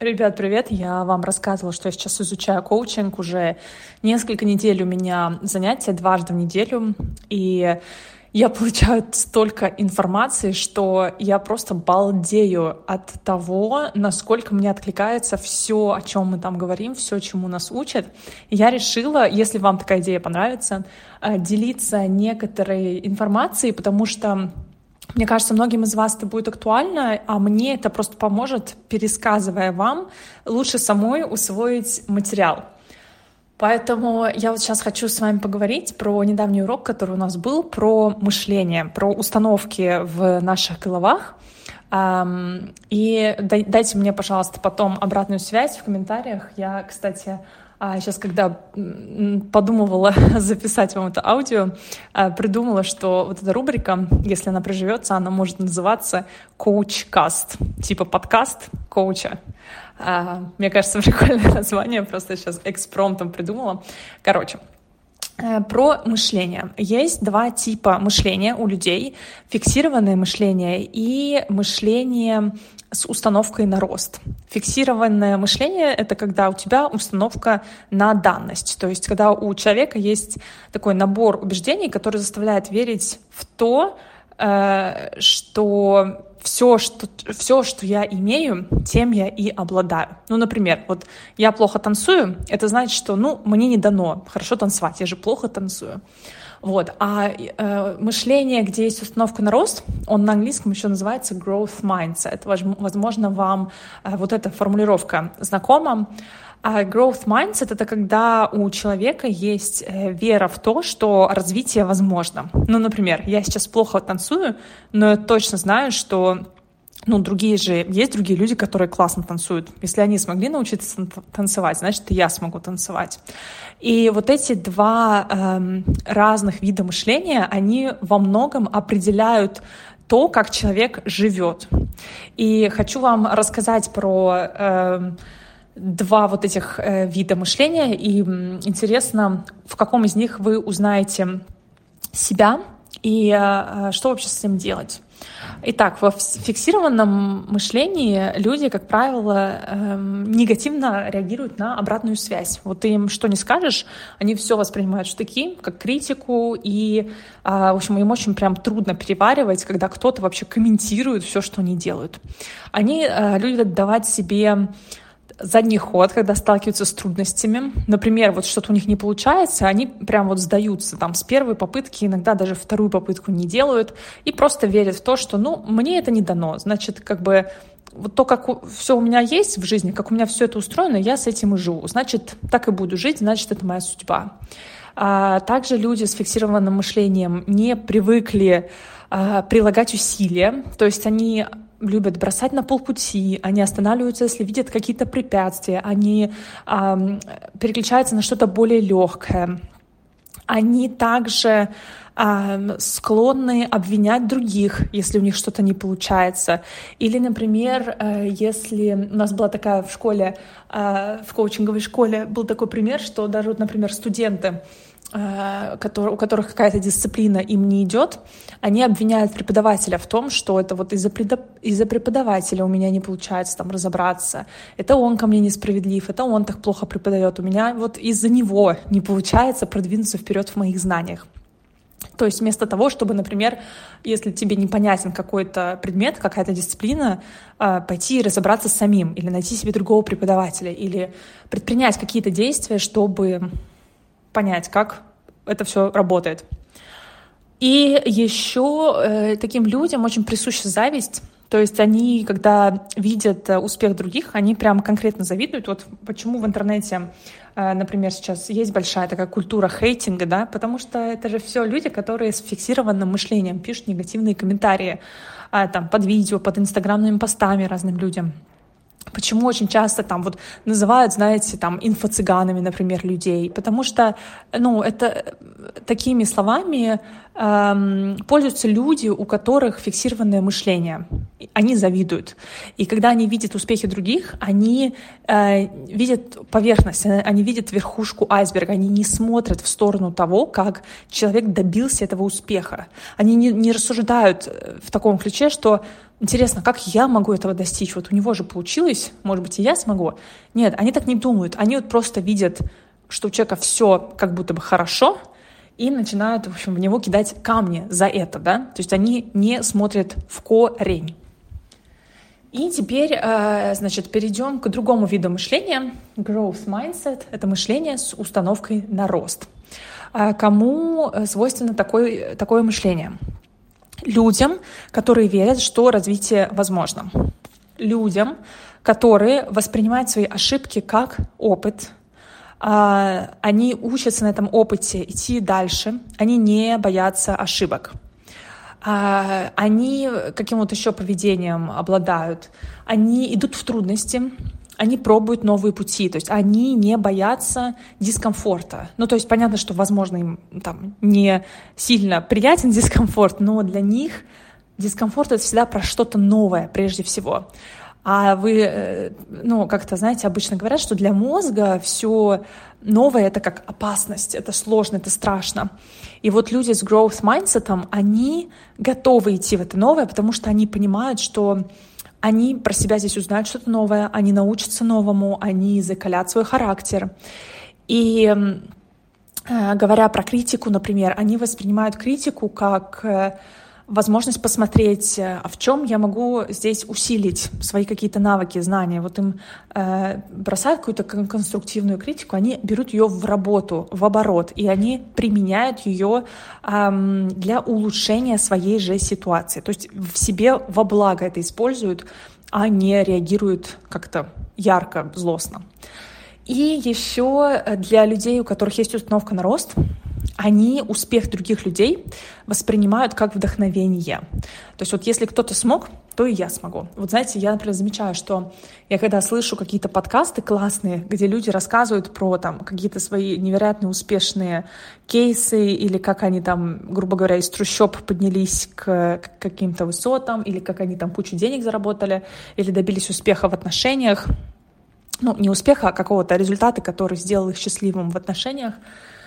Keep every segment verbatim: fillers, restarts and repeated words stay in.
Ребят, привет! Я вам рассказывала, что я сейчас изучаю коучинг. Уже несколько недель у меня занятия, дважды в неделю. И я получаю столько информации, что я просто балдею от того, насколько мне откликается все, о чем мы там говорим, все, чему нас учат. И я решила, если вам такая идея понравится, делиться некоторой информацией, потому что мне кажется, многим из вас это будет актуально, а мне это просто поможет, пересказывая вам, лучше самой усвоить материал. Поэтому я вот сейчас хочу с вами поговорить про недавний урок, который у нас был, про мышление, про установки в наших головах. И дайте мне, пожалуйста, потом обратную связь в комментариях. Я, кстати, сейчас, когда подумывала записать вам это аудио, придумала, что вот эта рубрика, если она приживется, она может называться «Коучкаст», типа подкаст коуча. Мне кажется, прикольное название, просто сейчас экспромтом придумала. Короче, про мышление. Есть два типа мышления у людей. Фиксированное мышление и мышление с установкой на рост. Фиксированное мышление — это когда у тебя установка на данность. То есть когда у человека есть такой набор убеждений, который заставляет верить в то, что все, что, все, что я имею, тем я и обладаю. Ну, например, вот я плохо танцую, это значит, что, ну, мне не дано хорошо танцевать, я же плохо танцую. Вот. А э, мышление, где есть установка на рост, он на английском еще называется growth mindset. Возможно, вам э, вот эта формулировка знакома. А growth mindset — это когда у человека есть э, вера в то, что развитие возможно. Ну, например, я сейчас плохо танцую, но я точно знаю, что ну, другие же, есть другие люди, которые классно танцуют. Если они смогли научиться танцевать, значит, и я смогу танцевать. И вот эти два эм, разных вида мышления, они во многом определяют то, как человек живет. И хочу вам рассказать про эм, два вот этих э, вида мышления, и м, интересно, в каком из них вы узнаете себя и э, что вообще с этим делать. Итак, во фиксированном мышлении люди, как правило, эм, негативно реагируют на обратную связь. Вот ты им что не скажешь, они все воспринимают в штыки, как критику, и, э, в общем, им очень прям трудно переваривать, когда кто-то вообще комментирует все, что они делают. Они э, любят давать себе задний ход, когда сталкиваются с трудностями. Например, вот что-то у них не получается, они прям вот сдаются там с первой попытки, иногда даже вторую попытку не делают и просто верят в то, что, ну, мне это не дано. Значит, как бы вот то, как все у меня есть в жизни, как у меня все это устроено, я с этим и живу. Значит, так и буду жить, значит, это моя судьба. А также люди с фиксированным мышлением не привыкли а, прилагать усилия, то есть они любят бросать на полпути, они останавливаются, если видят какие-то препятствия, они э, переключаются на что-то более легкое. Они также э, склонны обвинять других, если у них что-то не получается. Или, например, э, если у нас была такая в школе, э, в коучинговой школе был такой пример, что даже, вот, например, студенты, у которых какая-то дисциплина им не идет, они обвиняют преподавателя в том, что это вот из-за, предо... из-за преподавателя у меня не получается там разобраться, это он ко мне несправедлив, это он так плохо преподает, у меня вот из-за него не получается продвинуться вперед в моих знаниях. То есть вместо того, чтобы, например, если тебе непонятен какой-то предмет, какая-то дисциплина, пойти и разобраться самим, или найти себе другого преподавателя, или предпринять какие-то действия, чтобы понять, как это все работает. И еще э, таким людям очень присуща зависть. То есть они, когда видят успех других, они прям конкретно завидуют. Вот почему в интернете, э, например, сейчас есть большая такая культура хейтинга, да, потому что это же все люди, которые с фиксированным мышлением пишут негативные комментарии э, там, под видео, под инстаграмными постами разным людям. Почему очень часто там вот называют, знаете, там инфо-цыганами, например, людей? Потому что, ну, это такими словами эм, пользуются люди, у которых фиксированное мышление. Они завидуют. И когда они видят успехи других, они э, видят поверхность, они видят верхушку айсберга, они не смотрят в сторону того, как человек добился этого успеха. Они не, не рассуждают в таком ключе, что интересно, как я могу этого достичь? Вот у него же получилось, может быть, и я смогу. Нет, они так не думают. Они вот просто видят, что у человека все как будто бы хорошо, и начинают, в общем, в него кидать камни за это, да? То есть они не смотрят в корень. И теперь, значит, перейдем к другому виду мышления. Growth mindset — это мышление с установкой на рост. Кому свойственно такое, такое мышление? Людям, которые верят, что развитие возможно. Людям, которые воспринимают свои ошибки как опыт. Они учатся на этом опыте идти дальше. Они не боятся ошибок. Они каким-то еще поведением обладают. Они идут в трудности. Они пробуют новые пути, то есть они не боятся дискомфорта. Ну, то есть понятно, что, возможно, им там не сильно приятен дискомфорт, но для них дискомфорт — это всегда про что-то новое прежде всего. А вы, ну, как-то, знаете, обычно говорят, что для мозга все новое — это как опасность, это сложно, это страшно. И вот люди с growth mindset, они готовы идти в это новое, потому что они понимают, что они про себя здесь узнают что-то новое, они научатся новому, они закалят свой характер. И э, говоря про критику, например, они воспринимают критику как э, возможность посмотреть, а в чем я могу здесь усилить свои какие-то навыки, знания. Вот им э, бросают какую-то конструктивную критику, они берут ее в работу, в оборот, и они применяют ее э, для улучшения своей же ситуации. То есть в себе во благо это используют, а не реагируют как-то ярко, злостно. И еще для людей, у которых есть установка на рост, они успех других людей воспринимают как вдохновение. То есть вот если кто-то смог, то и я смогу. Вот знаете, я, например, замечаю, что я когда слышу какие-то подкасты классные, где люди рассказывают про там какие-то свои невероятно успешные кейсы, или как они там, грубо говоря, из трущоб поднялись к каким-то высотам, или как они там кучу денег заработали, или добились успеха в отношениях, ну, не успеха, а какого-то результата, который сделал их счастливым в отношениях,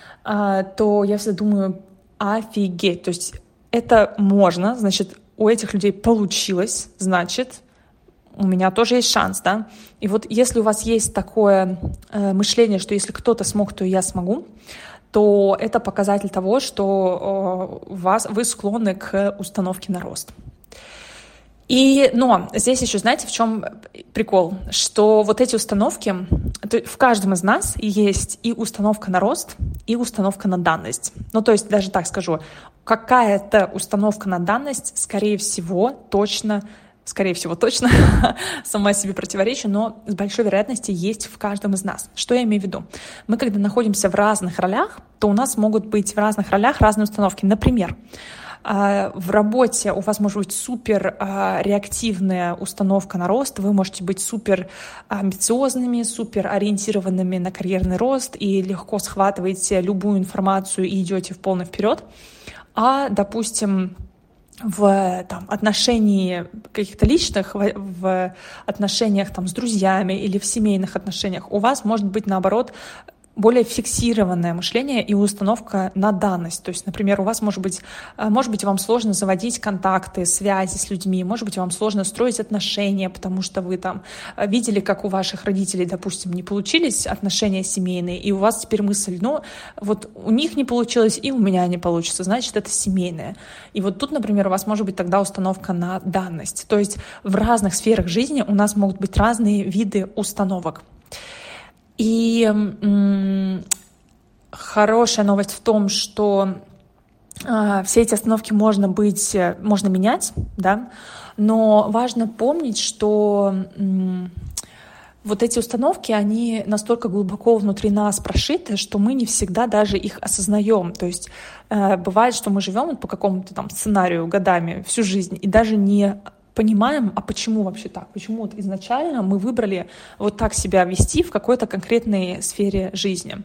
то я всегда думаю, офигеть, то есть это можно, значит, у этих людей получилось, значит, у меня тоже есть шанс, да. И вот если у вас есть такое э, мышление, что если кто-то смог, то и я смогу, то это показатель того, что э, вас, вы склонны к установке на рост. И, но здесь еще, знаете, в чем прикол? Что вот эти установки, в каждом из нас есть и установка на рост, и установка на данность. Ну, то есть, даже так скажу, какая-то установка на данность, скорее всего, точно, скорее всего, точно, сама себе противоречу, но с большой вероятностью есть в каждом из нас. Что я имею в виду? Мы, когда находимся в разных ролях, то у нас могут быть в разных ролях разные установки. Например, в работе у вас может быть супер реактивная установка на рост, вы можете быть супер амбициозными, супер ориентированными на карьерный рост и легко схватываете любую информацию и идете в полный вперед. А, допустим, в там, отношении каких-то личных, в, в отношениях там, с друзьями или в семейных отношениях у вас может быть, наоборот, более фиксированное мышление и установка на данность. То есть, например, у вас может быть, может быть, вам сложно заводить контакты, связи с людьми, может быть, вам сложно строить отношения, потому что вы там видели, как у ваших родителей, допустим, не получились отношения семейные, и у вас теперь мысль, ну, вот у них не получилось, и у меня не получится, значит, это семейное. И вот тут, например, у вас может быть тогда установка на данность. То есть в разных сферах жизни у нас могут быть разные виды установок. И м- хорошая новость в том, что э, все эти остановки можно быть, можно менять, да, но важно помнить, что м- вот эти установки, они настолько глубоко внутри нас прошиты, что мы не всегда даже их осознаем. То есть э, бывает, что мы живем по какому-то там сценарию годами, всю жизнь, и даже не понимаем, а почему вообще так? Почему вот изначально мы выбрали вот так себя вести в какой-то конкретной сфере жизни?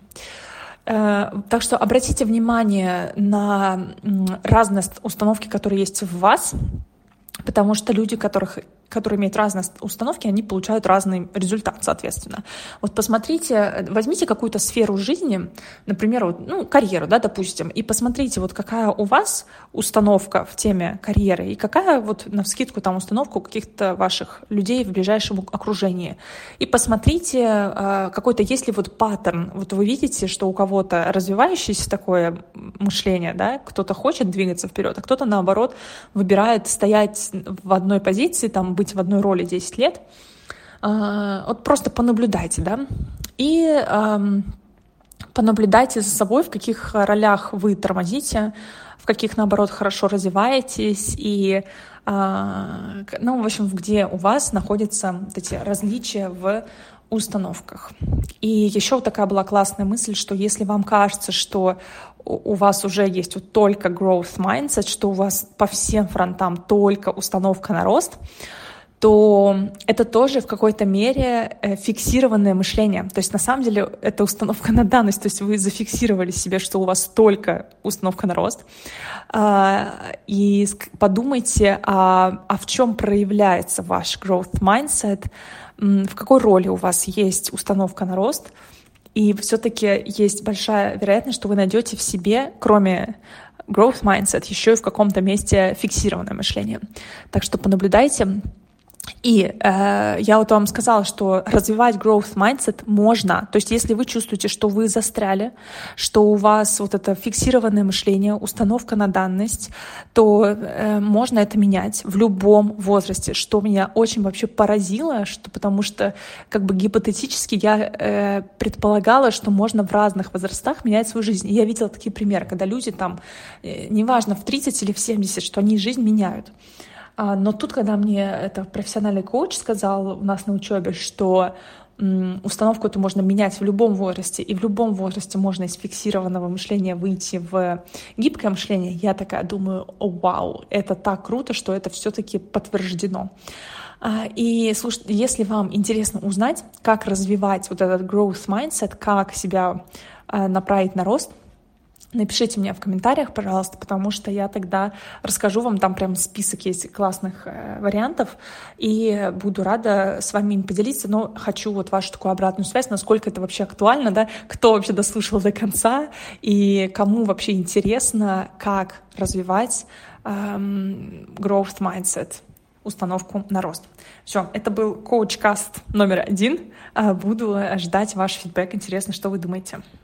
Так что обратите внимание на разные установки, которые есть в вас, потому что люди, которых которые имеют разные установки, они получают разный результат, соответственно. Вот посмотрите, возьмите какую-то сферу жизни, например, вот, ну, карьеру, да, допустим, и посмотрите, вот какая у вас установка в теме карьеры и какая вот навскидку там установка у каких-то ваших людей в ближайшем окружении. И посмотрите, какой-то есть ли вот паттерн. Вот вы видите, что у кого-то развивающееся такое мышление, да, кто-то хочет двигаться вперед, а кто-то, наоборот, выбирает стоять в одной позиции, там, быть в одной роли десять лет. Вот просто понаблюдайте, да, и понаблюдайте за собой, в каких ролях вы тормозите, в каких, наоборот, хорошо развиваетесь, и, ну, в общем, где у вас находятся вот эти различия в установках. И еще вот такая была классная мысль, что если вам кажется, что у вас уже есть вот только growth mindset, что у вас по всем фронтам только установка на рост, то это тоже в какой-то мере фиксированное мышление. То есть на самом деле это установка на данность, то есть вы зафиксировали себе, что у вас только установка на рост. И подумайте, а, а в чем проявляется ваш growth mindset, в какой роли у вас есть установка на рост, и все-таки есть большая вероятность, что вы найдете в себе, кроме growth mindset, еще и в каком-то месте фиксированное мышление. Так что понаблюдайте. И э, я вот вам сказала, что развивать growth mindset можно. То есть если вы чувствуете, что вы застряли, что у вас вот это фиксированное мышление, установка на данность, то э, можно это менять в любом возрасте, что меня очень вообще поразило, что, потому что как бы гипотетически я э, предполагала, что можно в разных возрастах менять свою жизнь. И я видела такие примеры, когда люди там, э, неважно, в тридцать или в семьдесят, что они жизнь меняют. Но тут, когда мне это профессиональный коуч сказал у нас на учебе, что установку эту можно менять в любом возрасте, и в любом возрасте можно из фиксированного мышления выйти в гибкое мышление, я такая думаю, о, вау, это так круто, что это все-таки подтверждено. И слушайте, если вам интересно узнать, как развивать вот этот growth mindset, как себя направить на рост, напишите мне в комментариях, пожалуйста, потому что я тогда расскажу вам, там прям список есть классных э, вариантов, и буду рада с вами им поделиться, но хочу вот вашу такую обратную связь, насколько это вообще актуально, да, кто вообще дослушал до конца, и кому вообще интересно, как развивать эм, growth mindset, установку на рост. Все, это был коуч-каст номер один. Буду ждать ваш фидбэк. Интересно, что вы думаете.